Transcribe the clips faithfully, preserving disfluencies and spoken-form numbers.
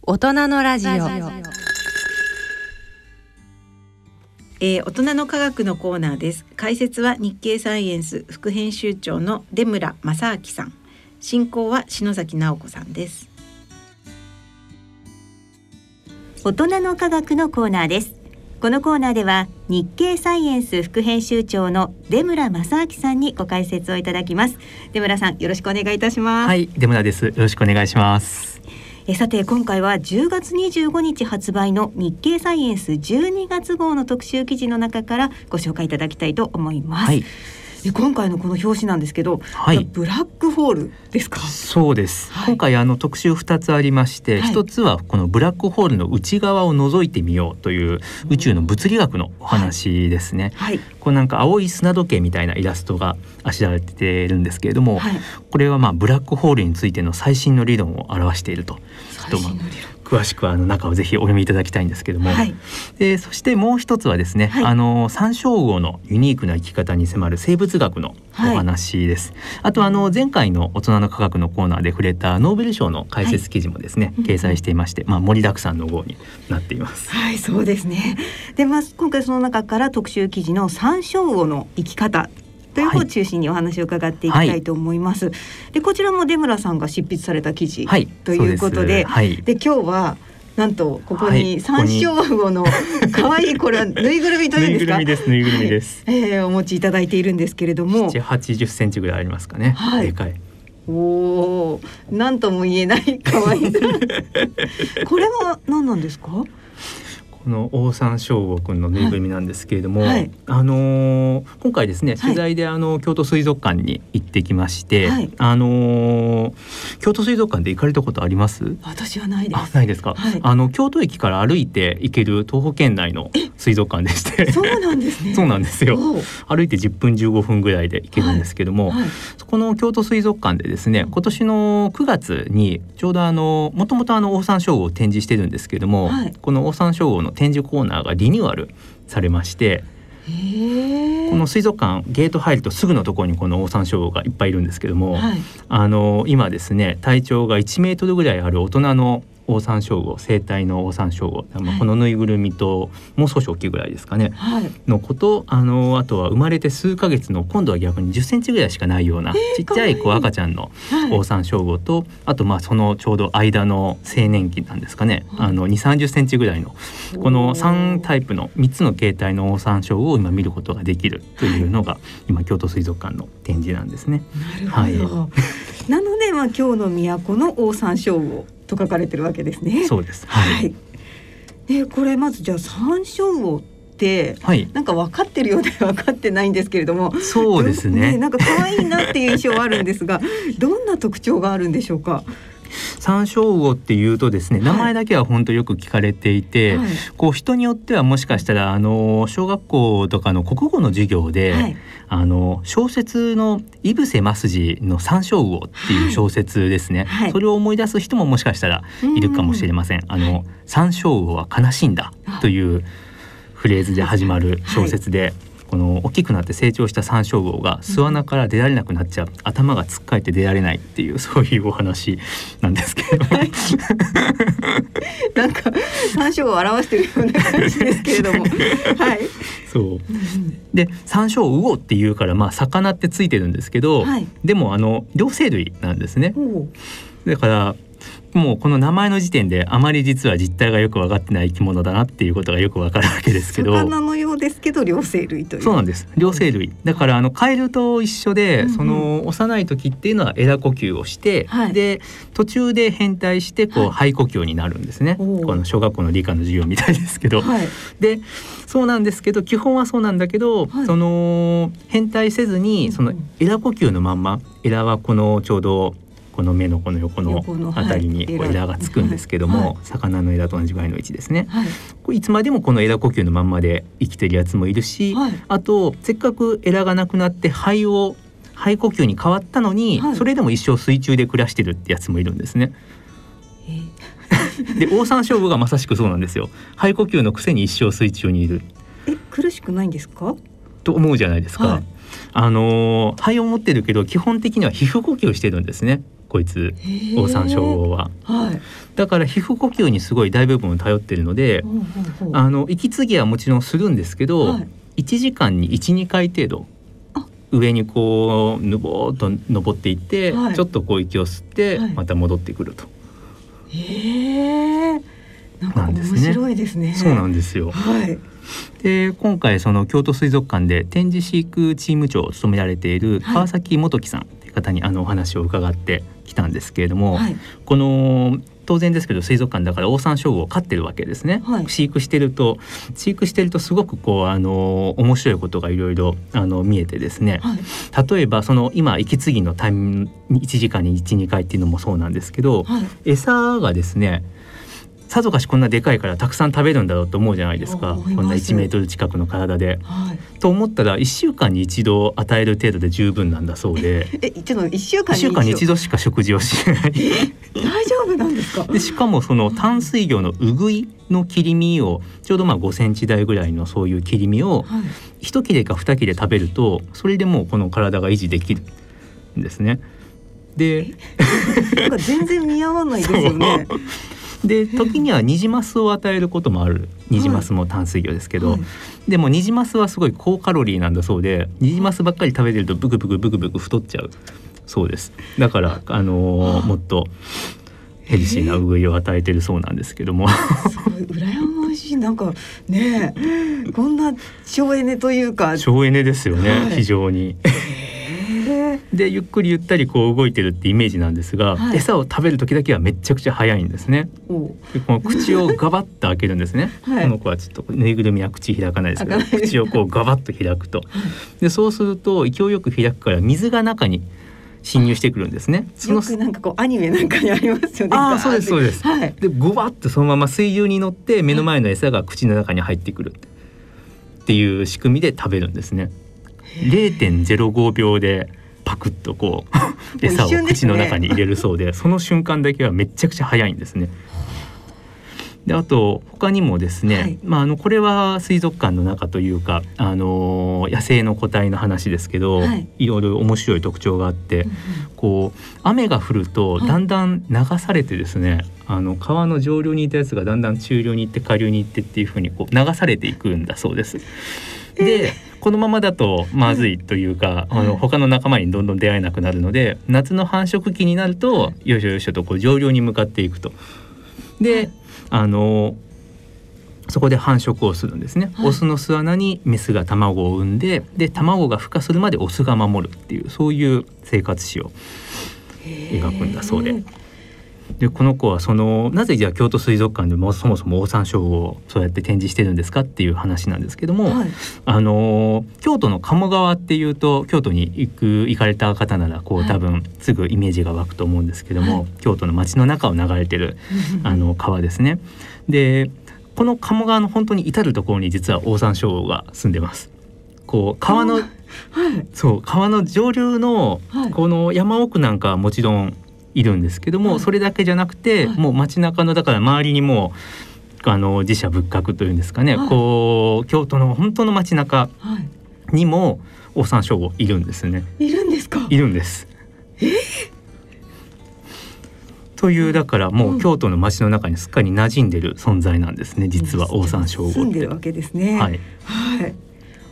大人のラジオ、 えー、大人の科学のコーナーです。解説は日経サイエンス副編集長の出村正明さん、進行は篠崎直子さんです。 大人の科学のコーナーです。このコーナーでは日経サイエンス副編集長の出村正明さんにご解説をいただきます。出村さん、よろしくお願いいたします。 はい、出村です。よろしくお願いします。 えさて、今回はじゅうがつにじゅうごにち発売の日経サイエンスじゅうにがつ号の特集記事の中からご紹介いただきたいと思います。はい、え今回のこの表紙なんですけど、はい、ブラックホールですか？ そうです、はい、今回あの特集ふたつありまして、はい、ひとつはこのブラックホールの内側を覗いてみようという宇宙の物理学のお話ですね。はいはい、こうなんか青い砂時計みたいなイラストがあしられているんですけれども、はい、これはまあブラックホールについての最新の理論を表していると。最新の理論、詳しくはあの中をぜひお読みいただきたいんですけども、はい、でそしてもう一つはですね、はい、あのサンショウウオのユニークな生き方に迫る生物学のお話です。はい、あとあの前回の大人の科学のコーナーで触れたノーベル賞の解説記事もですね、はい、掲載していまして、まあ、盛りだくさんの号になっています。 はい、そうですね。で、まあ、今回その中から特集記事のサンショウウオの生き方という方を中心にお話を伺っていきたいと思います。はい、でこちらも出村さんが執筆された記事、はい、ということで、はい、で今日はなんとここにサンショウウオの可愛いこれはぬいぐるみというんですか？ ぬいぐるみです。ぬいぐるみです。 はい、えー、お持ちいただいているんですけれども、 ななじゅうはちじゅっセンチぐらいありますかね。はい、でかい。 おー、なんとも言えない可愛さ。これは何なんですか？ このオオサンショウウオくんのぬいぐるみなんですけれども、はい、あのー、今回ですね取材であの、はい、京都水族館に行ってきまして、はい、あのー、京都水族館で行かれたことあります？ 私はないです。 あ、ないですか？はい、あの京都駅から歩いて行ける徒歩圏内の水族館でしてそうなんですね。 そうなんですよ。歩いてじゅっぷんじゅうごふんぐらいで行けるんですけども、はいはい、そこの京都水族館でですね、今年のくがつにちょうどあのもともとあのオオサンショウウオを展示してるんですけども、はい、このオオサンショウウオの展示コーナーがリニューアルされまして、へー、この水族館ゲート入るとすぐのところにこのオオサンショウウオがいっぱいいるんですけども、はい、あの今ですね体長がいちメートルぐらいある大人のオオサンショウウオ、生体のオオサンショウウオ、はい、このぬいぐるみともう少し大きいぐらいですかね、はい、のこと、あのあとは生まれて数ヶ月の今度は逆にじゅっセンチぐらいしかないような、えー、ちっちゃいこう赤ちゃんのオオサンショウウオと、はい、あとまあそのちょうど間の青年期なんですかね、はい、あのにじゅう、さんじゅっセンチぐらいのこのさんタイプのみっつの形態のオオサンショウウオを今見ることができるというのが、はい、今京都水族館の展示なんですね。 なるほど。はい、なので、まあ、今日の都のオオサンショウウオと書かれてるわけですね。 そうです。はい。はい、 でこれまずじゃあサンショウウオって、はい、なんか分かってるようで分かってないんですけれども、 そうですね。 ね、なんか可愛いなっていう印象はあるんですが、どんな特徴があるんでしょうか？ サンショウウオっていうとですね、名前だけは本当よく聞かれていて、はい、こう人によってはもしかしたらあの小学校とかの国語の授業で、はい、あの小説の井伏鱒二のサンショウウオっていう小説ですね、はい、それを思い出す人ももしかしたらいるかもしれません。あのサンショウウオは悲しんだというフレーズで始まる小説で、はい、この大きくなって成長したサンショウウオが巣穴から出られなくなっちゃう、うん、頭がつっかえて出られないっていうそういうお話なんですけど、はい、 なんかサンショウウオを表しているような感じですけれども、はい、 そうでサンショウウオっていうからまあ魚ってついてるんですけど、はい、でもあの両生類なんですね。だからもうこの名前の時点であまり実は実態がよく分かってない生き物だなっていうことがよく分かるわけですけど、 魚のようですけど両生類という。 そうなんです、両生類だからあのカエルと一緒で、うんうん、その幼い時っていうのはエラ呼吸をして、はい、で途中で変態してこう肺呼吸になるんですね、はい、この小学校の理科の授業みたいですけど、はい、でそうなんですけど基本はそうなんだけど、はい、その変態せずにそのエラ呼吸のまんま、エラはこのちょうどこの目のこの横のあたりにこうエラがつくんですけども、はい、魚のエラと同じぐらいの位置ですね、はい、これいつまでもこのエラ呼吸のまんまで生きてるやつもいるし、はい、あとせっかくエラがなくなって肺を肺呼吸に変わったのに、はい、それでも一生水中で暮らしてるってやつもいるんですね。でオオサンショウウオがまさしくそうなんですよ。肺呼吸のくせに一生水中にいる。 え苦しくないんですかと思うじゃないですか、はい、あの肺を持ってるけど基本的には皮膚呼吸してるんですね。 こいつオオサンショウウオは、 はい、 だから皮膚呼吸にすごい大部分を頼っているので、ほうほうほう、あの息継ぎはもちろんするんですけど、はい、いちじかんに いちにかい程度上にこうぬぼーっと登っていって、はい、ちょっとこう息を吸ってまた戻ってくると、はい、 へー、なんか面白いですね。 そうなんですよ、 はい、 で今回その京都水族館で展示飼育チーム長を務められている川崎元樹さんという方にあのお話を伺ってきたんですけれども、はい、この当然ですけど水族館だからオオサンショウウオを飼ってるわけですね、はい、飼育してると飼育してるとすごくこうあの面白いことがいろいろあの見えてですね、はい、例えばその今息継ぎのタイミングいちじかんに いちにかいっていうのもそうなんですけど、はい、餌がですねさぞかしこんなでかいからたくさん食べるんだろうと思うじゃないですか。こんないちメートル近くの体で、はい、と思ったらいっしゅうかんに一度与える程度で十分なんだそうでえちょっといっしゅうかんにいっしゅうかんに一度しか食事をしない大丈夫なんですか。 でしかもその淡水魚のウグイの切り身をちょうどまあごセンチ大ぐらいのそういう切り身を一切れか二切れ食べるとそれでもうこの体が維持できるんですね。でなんか全然似合わないですよねで時にはニジマスを与えることもある。ニジマスも淡水魚ですけど、はい、でもニジマスはすごい高カロリーなんだそうでニジマスばっかり食べてるとブクブクブクブク太っちゃうそうです。だから、あのー、もっとヘルシーなウグイを与えてるそうなんですけどもすごい羨ましい。なんかねこんな省エネというか省エネですよね、はい、非常にでゆっくりゆったりこう動いてるってイメージなんですが、はい、餌を食べる時だけはめちゃくちゃ早いんですね。でこの口をガバッと開けるんですね、はい、この子はちょっとぬいぐるみは口開かないですけど口をこうガバッと開くとでそうすると勢いよく開くから水が中に侵入してくるんですね。そのよくなんかこうアニメなんかにありますよね。 あそうですそうです、はい、でゴバッとそのまま水流に乗って目の前の餌が口の中に入ってくるっていう仕組みで食べるんですね。 れいてんぜろごびょうでパクッとこう餌を口の中に入れるそうで、ね、その瞬間だけはめちゃくちゃ早いんですね。であと他にもですね、はい、まあ、あのこれは水族館の中というか、あのー、野生の個体の話ですけど、はい、いろいろ面白い特徴があって、うんうん、こう雨が降るとだんだん流されてですね、はい、あの川の上流にいたやつがだんだん中流に行って下流に行ってっていう風にこう流されていくんだそうです。で、えーこのままだとまずいというか、はい、あの他の仲間にどんどん出会えなくなるので夏の繁殖期になると、はい、よいしょよいしょとこう上流に向かっていくと。で、はい、あのそこで繁殖をするんですね、はい、オスの巣穴にメスが卵を産んで、で卵が孵化するまでオスが守るっていうそういう生活史を描くんだそうで、でこの子はそのなぜじゃあ京都水族館でもそもそもオオサンショウウオをそうやって展示してるんですかっていう話なんですけども、はい、あの京都の鴨川っていうと京都に行く行かれた方ならこう多分すぐイメージが湧くと思うんですけども、はい、京都の街の中を流れてるあの川ですね。でこの鴨川の本当に至るところに実はオオサンショウウオが住んでます。こう川の、はい、そう川の上流のこの山奥なんかはもちろんいるんですけども、はい、それだけじゃなくて、はい、もう街中のだから周りにもあの寺社仏閣というんですかね、はい、こう京都の本当の街中にもオオサンショウウオいるんですね。 いるんですか。 いるんです。 えー、 というだからもう京都の街の中にすっかり馴染んでる存在なんですね、実はオオサンショウウオって。 住んでるわけですね。 はい、 はい、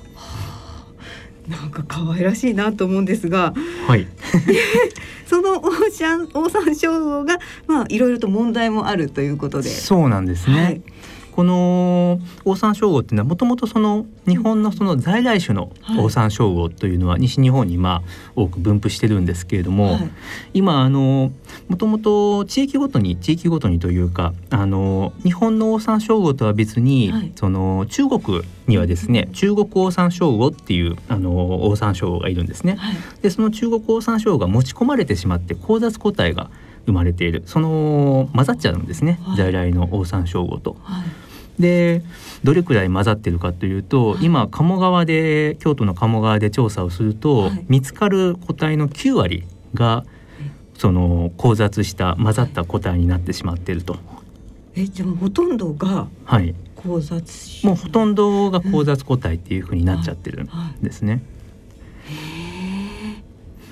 なんか可愛らしいなと思うんですが、 はいそのオーシャンオオサンショウウオがまあいろいろと問題もあるということで。 そうなんですね、はい、このオオサンショウウオっていうのはもともとその日本のその在来種のオオサンショウウオというのは西日本にまあ多く分布してるんですけれども、はい、今あのもともと地域ごとに地域ごとにというかあの日本のオオサンショウウオとは別に、はい、その中国にはですね中国オオサンショウウオっていうあのオオサンショウウオがいるんですね、はい、でその中国オオサンショウウオが持ち込まれてしまって交雑個体が生まれている、その混ざっちゃうんですね、はい、在来のオオサンショウウオと、はい、でどれくらい混ざってるかというと、はい、今鴨川で京都の鴨川で調査をすると、はい、見つかる個体のきゅうわりがその交雑した混ざった個体になってしまっていると。 えじゃあほとんどが交雑し、 はい、もうほとんどが交雑個体っていう風になっちゃってるんですね、 うんはいはい、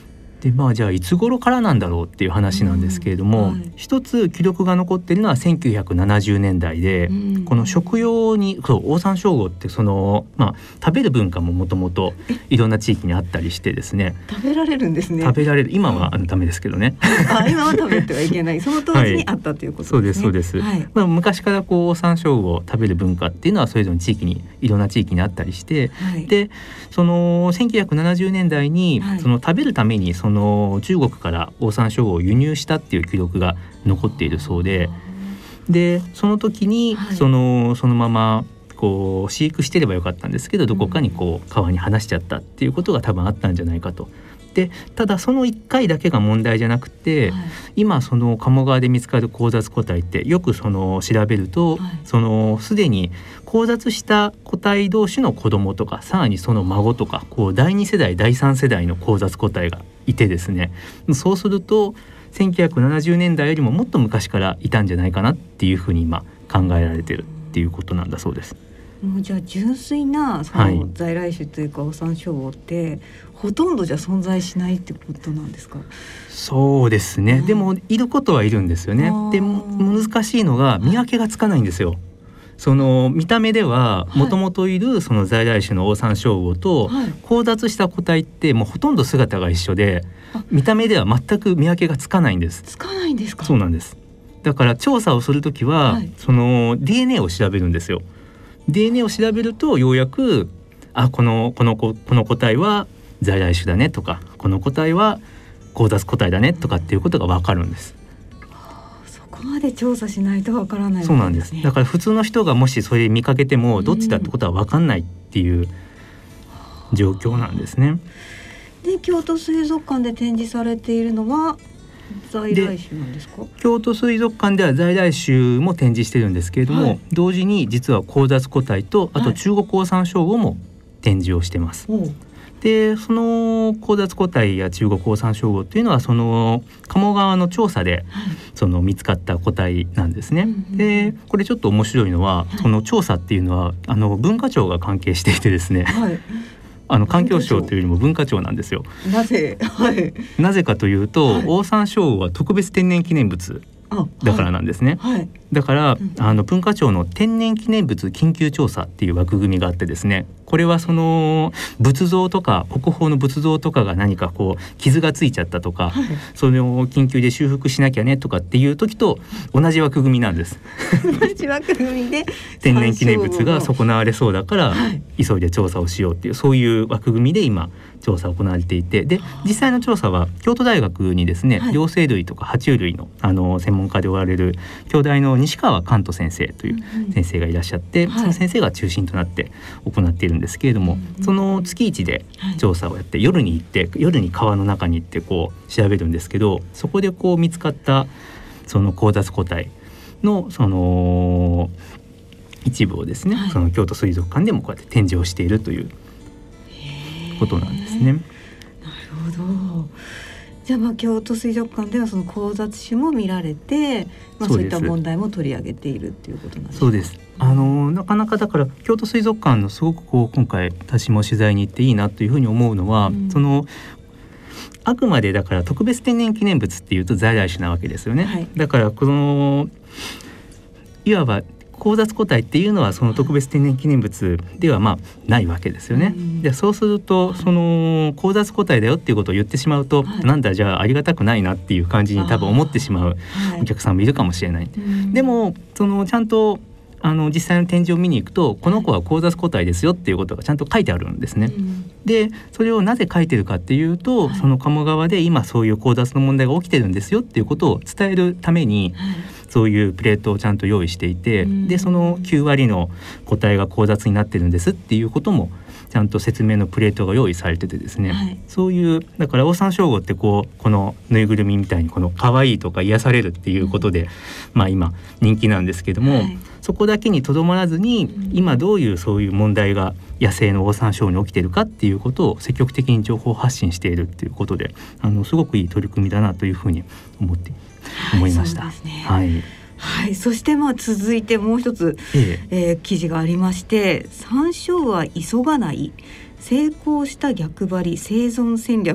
でまあ、じゃあいつ頃からなんだろうっていう話なんですけれども、うんはい、一つ記録が残っているのはせんきゅうひゃくななじゅうねんだいで、うん、この食用にそうオオサンショウウオってその、まあ、食べる文化ももともといろんな地域にあったりしてですね。 食べられるんですね。 食べられる。今はあのダメですけどねあ今は食べてはいけないその当時にあったということですね、 はい、そうですそうです、はいまあ、昔からこうオオサンショウウオを食べる文化っていうのはそれぞれの地域にいろんな地域にあったりして、はい、でそのせんきゅうひゃくななじゅうねんだいに、はい、その食べるためにその中国からオオサンショウウオを輸入したっていう記録が残っているそうで、でその時にその、はい、そのままこう飼育してればよかったんですけどどこかにこう川に放しちゃったっていうことが多分あったんじゃないかと。でただそのいっかいだけが問題じゃなくて、はい、今その鴨川で見つかる交雑個体ってよくその調べると、はい、そのすでに交雑した個体同士の子供とかさらにその孫とかこうだいにせだいだいさんせだいの交雑個体がいてですね、そうするとせんきゅうひゃくななじゅうねんだいよりももっと昔からいたんじゃないかなっていうふうに今考えられてるっていうことなんだそうです。 もうじゃあ純粋なその在来種というかオオサンショウウオって、はい、ほとんどじゃ存在しないってことなんですか？ そうですね、うん、でもいることはいるんですよね。でも難しいのが見分けがつかないんですよ。その見た目ではもともといるその在来種のオオサンショウウオと交雑した個体ってもうほとんど姿が一緒で、見た目では全く見分けがつかないんです。 つかないんですか？ そうなんです。だから調査をするときは、はい、その ディーエヌエー を調べるんですよ。ディーエヌエー を調べるとようやくあこのこのこの個体は在来種だねとかこの個体は交雑個体だねとかっていうことが分かるんです。 そこまで調査しないと分からない、ね、 そうなんです。だから普通の人がもしそれ見かけてもどっちだってことは分かんないっていう状況なんですね。 で京都水族館で展示されているのは在来種なんですか？ 京都水族館では在来種も展示してるんですけれども、はい、同時に実は交雑個体とあと中国オオサンショウウオも展示をしてます、はい、でその交雑個体や中国オオサンショウウオっていうのはその鴨川の調査で、はい、その見つかった個体なんですね、うんうん、でこれちょっと面白いのは、はい、その調査っていうのはあの文化庁が関係していてですね、はいあの環境省というよりも文化庁なんですよ。 なぜ、はい、 なぜかというと、はい、オオサンショウウオは特別天然記念物だからなんですね、はいはい、だから、うん、あの文化庁の天然記念物緊急調査っていう枠組みがあってですね、これはその仏像とか国宝の仏像とかが何かこう傷がついちゃったとか、はい、それを緊急で修復しなきゃねとかっていう時と同じ枠組みなんです同じ枠組みで天然記念物が損なわれそうだから、はい、急いで調査をしようっていうそういう枠組みで今調査が行われていて、で実際の調査は京都大学にですね、はい、両生類とか爬虫類の、あの専門家でおられる京大の西川寛人先生という先生がいらっしゃって、うんうん、その先生が中心となって行っているんですけれども、はい、その月一で調査をやって、はい、夜に行って夜に川の中に行ってこう調べるんですけど、そこでこう見つかったその交雑個体のその一部をですね、はい、その京都水族館でもこうやって展示をしているということなんですね。 なるほど。じゃあ、まあ京都水族館ではその交雑種も見られて、まあ、そういった問題も取り上げているっていうことなんですか？ そうです。あのなかなかだから京都水族館のすごくこう今回私も取材に行っていいなというふうに思うのは、うん、そのあくまでだから特別天然記念物っていうと在来種なわけですよね、はい、だからこのいわば交雑個体っていうのはその特別天然記念物ではまあないわけですよね、うん、でそうするとその交雑個体だよっていうことを言ってしまうと、はい、なんだじゃあありがたくないなっていう感じに多分思ってしまうお客さんもいるかもしれない、はい、でもそのちゃんとあの実際の展示を見に行くとこの子は交雑個体ですよっていうことがちゃんと書いてあるんですね、うん、でそれをなぜ書いてるかっていうと、はい、その鴨川で今そういう交雑の問題が起きてるんですよっていうことを伝えるために、はい、そういうプレートをちゃんと用意していて、うん、でそのきゅうわりの個体が交雑になってるんですっていうこともちゃんと説明のプレートが用意されててですね、はい、そういうだからオオサンショウウオってこうこのぬいぐるみみたいにこの可愛いとか癒されるっていうことで、うん、まあ今人気なんですけども、はい、そこだけにとどまらずに、うん、今どういうそういう問題が野生のオオサンショウウオに起きているかっていうことを積極的に情報発信しているっていうことで、あのすごくいい取り組みだなというふうに思って思いました。 はい、そうですね。 はいはい、そしてまあ続いてもう一つ、えええー、記事がありまして、サンショウは急がない成功した逆張り生存戦略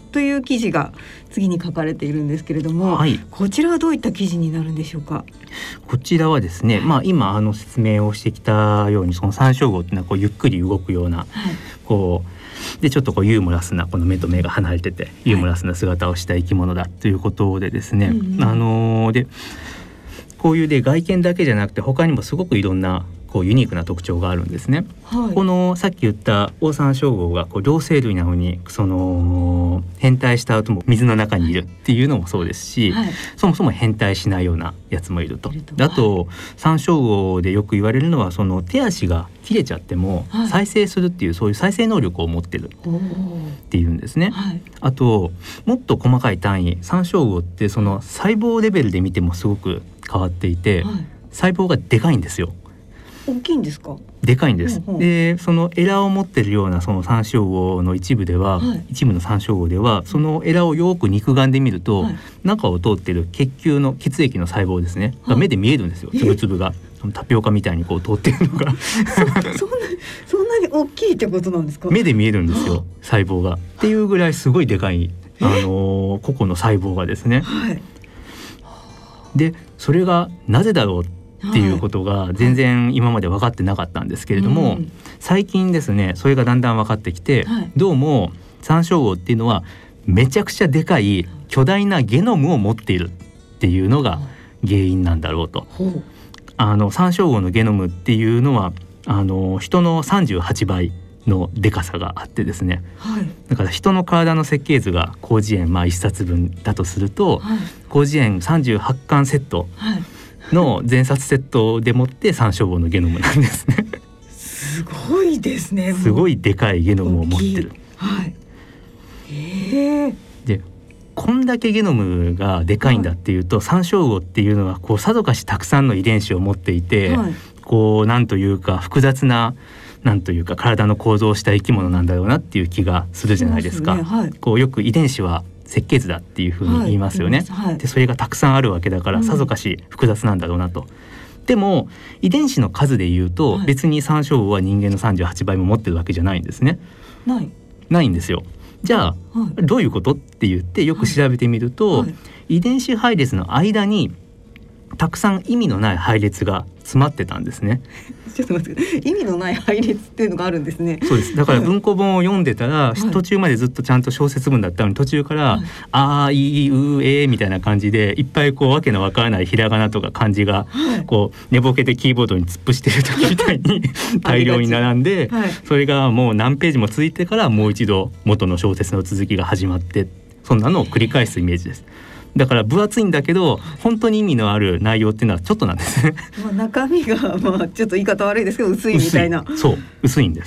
という記事が次に書かれているんですけれども、はい、こちらはどういった記事になるんでしょうか。 こちらはですね、まあ、今あの説明をしてきたようにそのサンショウウオっていうのはこうゆっくり動くような、はい、こうでちょっとこうユーモラスなこの目と目が離れててユーモラスな姿をした生き物だということでですね、はい、あのー、でこういうで外見だけじゃなくて他にもすごくいろんなこうユニークな特徴があるんですね、はい、このさっき言ったオオサンショウウオがこう両生類なのにその変態した後も水の中にいるっていうのもそうですし、はい、そもそも変態しないようなやつもいると。あとサンショウウオでよく言われるのはその手足が切れちゃっても再生するっていう、はい、そういう再生能力を持ってるっていうんですね、はい、あともっと細かい単位サンショウウオってその細胞レベルで見てもすごく変わっていて、はい、細胞がでかいんですよ。 大きいんですか。 でかいんです、うんうん、でそのエラを持ってるようなそのサンショウウオの一部では、はい、一部のサンショウウオではそのエラをよく肉眼で見ると、はい、中を通っている血球の血液の細胞ですね、はい、が目で見えるんですよ。つぶつぶがタピオカみたいにこう通っているのがそ, そんなそんなに大きいってことなんですか。 目で見えるんですよ細胞がっていうぐらいすごいでかい、あのー、個々の細胞がですね、はい、でそれがなぜだろうっていうことが全然今まで分かってなかったんですけれども、はい、最近ですねそれがだんだん分かってきて、はい、どうもサンショウウオっていうのはめちゃくちゃでかい巨大なゲノムを持っているっていうのが原因なんだろうと。あのサンショウウオのゲノムっていうのはあの人のさんじゅうはちばいのでかさがあってですね、はい、だから人の体の設計図が広辞苑まあいっさつぶんだとすると、はい、広辞苑さんじゅうはちかんセット、はいの全冊セットでもってサンショウウオのゲノムなんですねすごいですね。 すごいでかいゲノムを持ってる、 はい、へー。 でこんだけゲノムがでかいんだっていうと、はい、サンショウウオっていうのはこうさぞかしたくさんの遺伝子を持っていて、はい、こうなんというか複雑ななんというか体の構造をした生き物なんだろうなっていう気がするじゃないですか。そうですね、はい、こうよく遺伝子は設計図だっていうふうに言いますよね、はい、でそれがたくさんあるわけだからさぞかし複雑なんだろうなと、うん、でも遺伝子の数でいうと、はい、別にサンショウウオは人間のさんじゅうはちばいも持ってるわけじゃないんですね。 ないないんですよ。じゃあ、はい、どういうことって言ってよく調べてみると、はいはい、遺伝子配列の間にたくさん意味のない配列が詰まってたんですね。 ちょっと待って、意味のない配列っていうのがあるんですね。 そうです。だから文庫本を読んでたら、はい、途中までずっとちゃんと小説文だったのに途中から、はい、あいうえみたいな感じでいっぱいこうわけのわからないひらがなとか漢字が、はい、こう寝ぼけてキーボードに突っ伏してる時みたいに大量に並んで、はい、それがもう何ページも続いてからもう一度元の小説の続きが始まって、そんなのを繰り返すイメージです。だから分厚いんだけど本当に意味のある内容っていうのはちょっとなんですねまあ中身がまあちょっと言い方悪いですけど薄いみたいな。 そう薄いんです。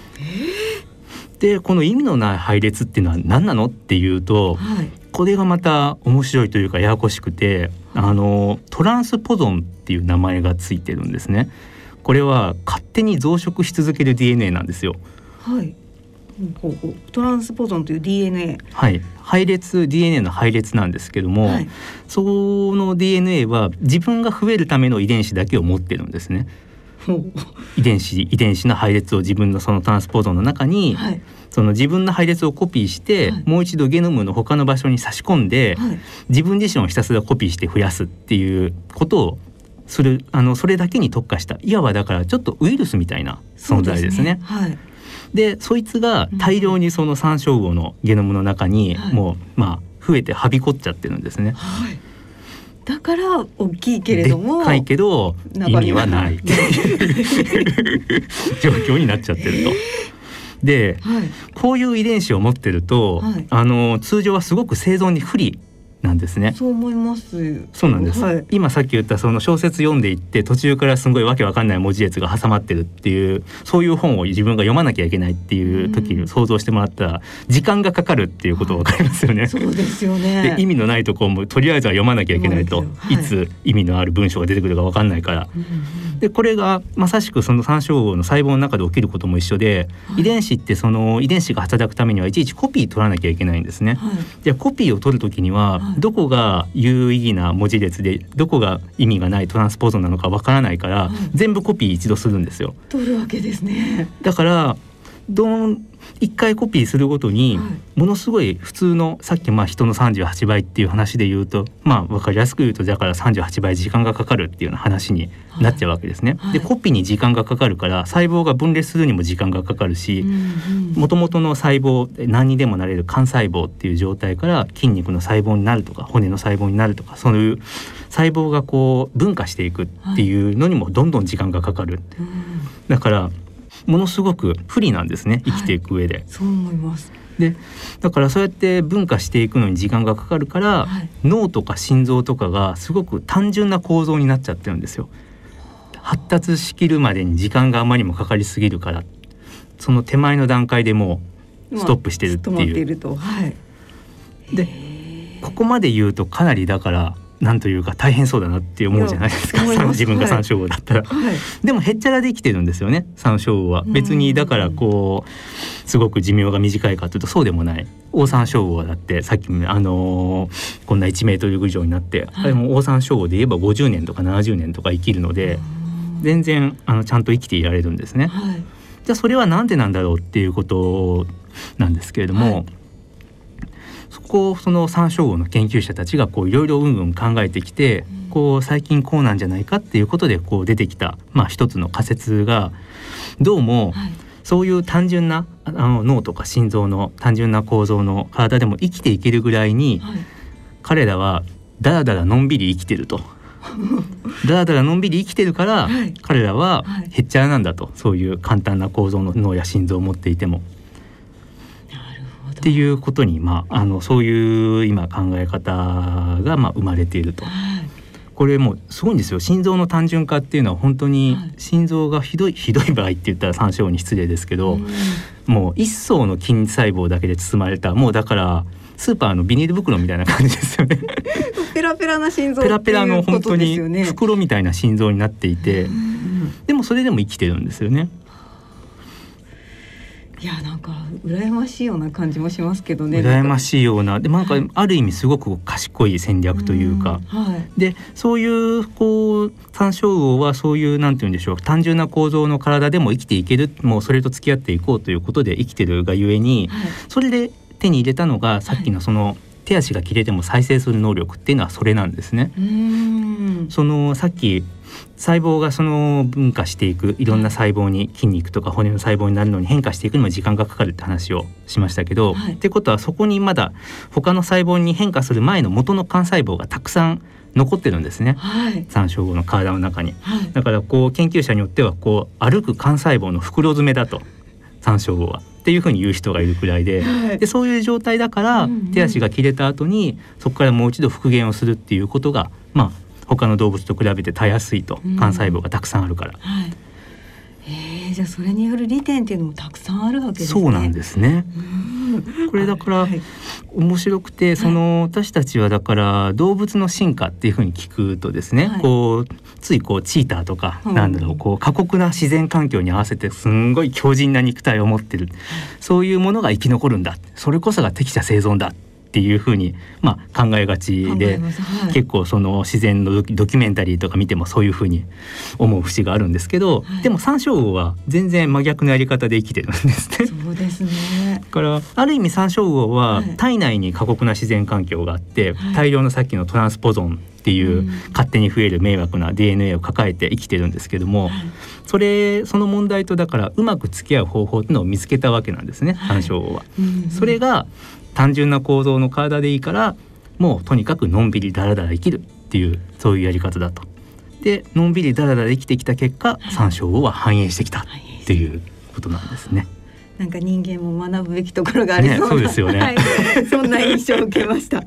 でこの意味のない配列っていうのは何なのっていうと、はい、これがまた面白いというかややこしくて、あのトランスポゾンっていう名前がついてるんですね。これは勝手に増殖し続ける ディーエヌエー なんですよ。 はい、ほうほうトランスポゾンという ディーエヌエー、 はい、配列 ディーエヌエー の配列なんですけども、はい、その ディーエヌエー は自分が増えるための遺伝子だけを持ってるんですね。遺伝子遺伝子の配列を自分のそのトランスポゾンの中に、はい、その自分の配列をコピーして、はい、もう一度ゲノムの他の場所に差し込んで、はい、自分自身をひたすらコピーして増やすっていうことをする、あのそれだけに特化したいわばだからちょっとウイルスみたいな存在ですね。 はい、 でそいつが大量にそのサンショウウオのゲノムの中にもう、まあ増えてはびこっちゃってるんですね。はい、 だから大きいけれどもでっかいけど意味はないっていう状況になっちゃってると。で、はい、こういう遺伝子を持ってると、はい、あの通常はすごく生存に不利なんですね。 そう思います。 そうなんです、はい、今さっき言ったその小説読んでいって途中からすごいわけわかんない文字列が挟まってるっていうそういう本を自分が読まなきゃいけないっていう時に想像してもらったら時間がかかるっていうことわかりますよね。はい、 そうですよね。 で意味のないところもとりあえずは読まなきゃいけないと、はい、いつ意味のある文章が出てくるかわかんないから、うんうん、でこれがまさしくそのサンショウウオの細胞の中で起きることも一緒で、はい、遺伝子ってその遺伝子が働くためにはいちいちコピー取らなきゃいけないんですね。はい、じゃあコピーを取るときには、はい、どこが有意義な文字列でどこが意味がないトランスポーゾンなのかわからないから、うん、全部コピー一度するんですよ。 取るわけですね。 だからどんいっかいコピーするごとにものすごい普通のさっきまあ人のさんじゅうはちばいっていう話で言うと、まあ分かりやすく言うとだからさんじゅうはちばい時間がかかるっていうような話になっちゃうわけですね、はいはい、でコピーに時間がかかるから細胞が分裂するにも時間がかかるし、もともとの細胞何にでもなれる幹細胞っていう状態から筋肉の細胞になるとか骨の細胞になるとか、そういう細胞がこう分化していくっていうのにもどんどん時間がかかる、はい、だからものすごく不利なんですね、生きていく上で、はい、 そう思います。 でだからそうやって分化していくのに時間がかかるから、はい、脳とか心臓とかがすごく単純な構造になっちゃってるんですよ。発達しきるまでに時間があまりにもかかりすぎるから、その手前の段階でもうストップしてるっていう、まあ、止まっていると、はい、でここまで言うとかなりだからなんというか大変そうだなって思うじゃないですか、自分が三小だったら、はいはい、でもへっちゃらで生きてるんですよね、三小は。別にだからこうすごく寿命が短いかというとそうでもない。オオサンショウウオだってさっき、あのー、こんないちメートル以上になって、はい、あれもオオサンショウウオで言えばごじゅうねんとかななじゅうねんとか生きるので全然あのちゃんと生きていられるんですね、はい、じゃあそれはなんでなんだろうっていうことなんですけれども、はい、そこをそのサンショウウオの研究者たちがこういろいろうんうん考えてきて、こう最近こうなんじゃないかっていうことでこう出てきた、まあ、一つの仮説がどうも、はい、そういう単純なあの脳とか心臓の単純な構造の体でも生きていけるぐらいに、はい、彼らはだらだらのんびり生きてるとだらだらのんびり生きてるから、はい、彼らはへっちゃらなんだと、そういう簡単な構造の脳や心臓を持っていてもっていうことに、まあ、あのそういう今考え方がまあ生まれていると、はい、これもうすごいんですよ。心臓の単純化っていうのは本当に心臓がひどい、ひどい場合って言ったら三小に失礼ですけど、うん、もう一層の筋細胞だけで包まれた、もうだからスーパーのビニール袋みたいな感じですよねペラペラな心臓っていうことですよね。ペラペラの本当に袋みたいな心臓になっていて、うん、でもそれでも生きてるんですよね。 いやなんか羨ましいような感じもしますけどね。 羨ましいような、でもなんかある意味すごく賢い戦略というか、うんはい、でそういうこうサンショウウオはそういうなんていうんでしょう、単純な構造の体でも生きていける、もうそれと付き合っていこうということで生きてるがゆえに、はい、それで手に入れたのがさっきのその、はい、手足が切れても再生する能力っていうのはそれなんですね。うーん、そのさっき細胞がその分化していく、いろんな細胞に筋肉とか骨の細胞になるのに変化していくにも時間がかかるって話をしましたけど、はい、ってことはそこにまだ他の細胞に変化する前の元の幹細胞がたくさん残ってるんですね、はい、サンショウウオの体の中に、はい、だからこう研究者によってはこう歩く幹細胞の袋詰めだとサンショウウオはっていうふうに言う人がいるくらい で,、はい、でそういう状態だから、うんうん、手足が切れた後にそこからもう一度復元をするっていうことがまあ他の動物と比べてたやすいと、幹細胞がたくさんあるから、うんはい、 えー、じゃあそれによる利点っていうのもたくさんあるわけですね。 そうなんですね、うん、これだから、はい、面白くて、その私たちはだから動物の進化っていうふうに聞くとですね、はい、こうついこうチーターとか、うん、なんだろう、こう過酷な自然環境に合わせてすんごい強靭な肉体を持ってる、そういうものが生き残るんだ、それこそが適者生存だっていうふうに、まあ、考えがちで、はい、結構その自然のドキュメンタリーとか見てもそういうふうに思う節があるんですけど、はい、でもサンショウウオは全然真逆のやり方で生きてるんですね。 そうですね。 だからある意味サンショウウオは体内に過酷な自然環境があって、はい、大量のさっきのトランスポゾンっていう、うん、勝手に増える迷惑な ディーエヌエー を抱えて生きてるんですけども、はい、それその問題とだからうまく付き合う方法っていうのを見つけたわけなんですね、はい、サンショウウオは、うんうん、それが単純な構造の体でいいからもうとにかくのんびりだらだら生きるっていうそういうやり方だと。でのんびりだらだら生きてきた結果、はい、サンショウウオは繁栄してきたっていうことなんですね。 なんか人間も学ぶべきところがありそうな、ね、 そうですよね、はい、 そんな印象を受けましたはい、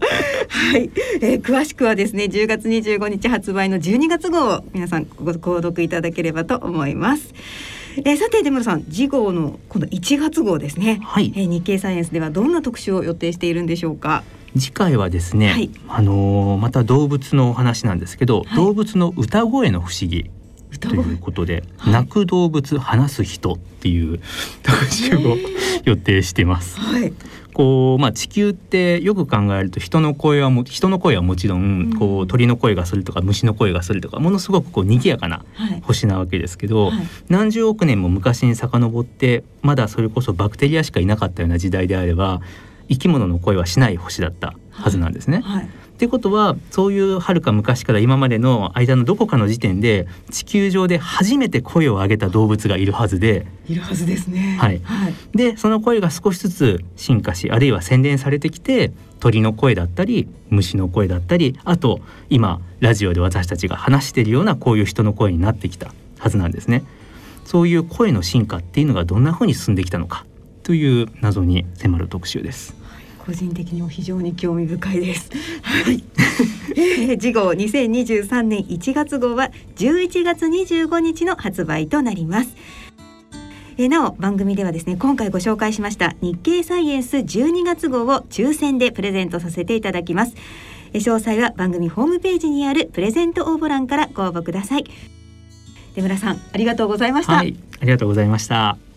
えー、詳しくはですねじゅうがつにじゅうごにち発売のじゅうにがつ号を皆さんご購読いただければと思います。えー、さて出村さん、次号の今度いちがつ号ですね、はい、えー、日経サイエンスではどんな特集を予定しているんでしょうか。 次回はですね、はい、あのー、また動物のお話なんですけど、はい、動物の歌声の不思議ということで、はい、泣く動物話す人っていう特集を予定しています。はい、こうまあ、地球ってよく考えると人の声はも人の声はもちろん、こう鳥の声がするとか虫の声がするとかものすごくこう賑やかな星なわけですけど、はいはい、何十億年も昔に遡ってまだそれこそバクテリアしかいなかったような時代であれば生き物の声はしない星だったはずなんですね。はいはい、っていうことはそういうはるか昔から今までの間のどこかの時点で地球上で初めて声を上げた動物がいるはずでいるはずですね。 はいはい、でその声が少しずつ進化しあるいは洗練されてきて鳥の声だったり虫の声だったりあと今ラジオで私たちが話しているようなこういう人の声になってきたはずなんですね。そういう声の進化っていうのがどんな風に進んできたのかという謎に迫る特集です。 個人的にも非常に興味深いです。はい。えー、次号にせんにじゅうさんねんいちがつ号はじゅういちがつにじゅうごにちの発売となります。えー、なお番組ではですね今回ご紹介しました日経サイエンスじゅうにがつ号を抽選でプレゼントさせていただきます。えー、詳細は番組ホームページにあるプレゼント応募欄からご応募ください。出村さんありがとうございました。 はい、ありがとうございました。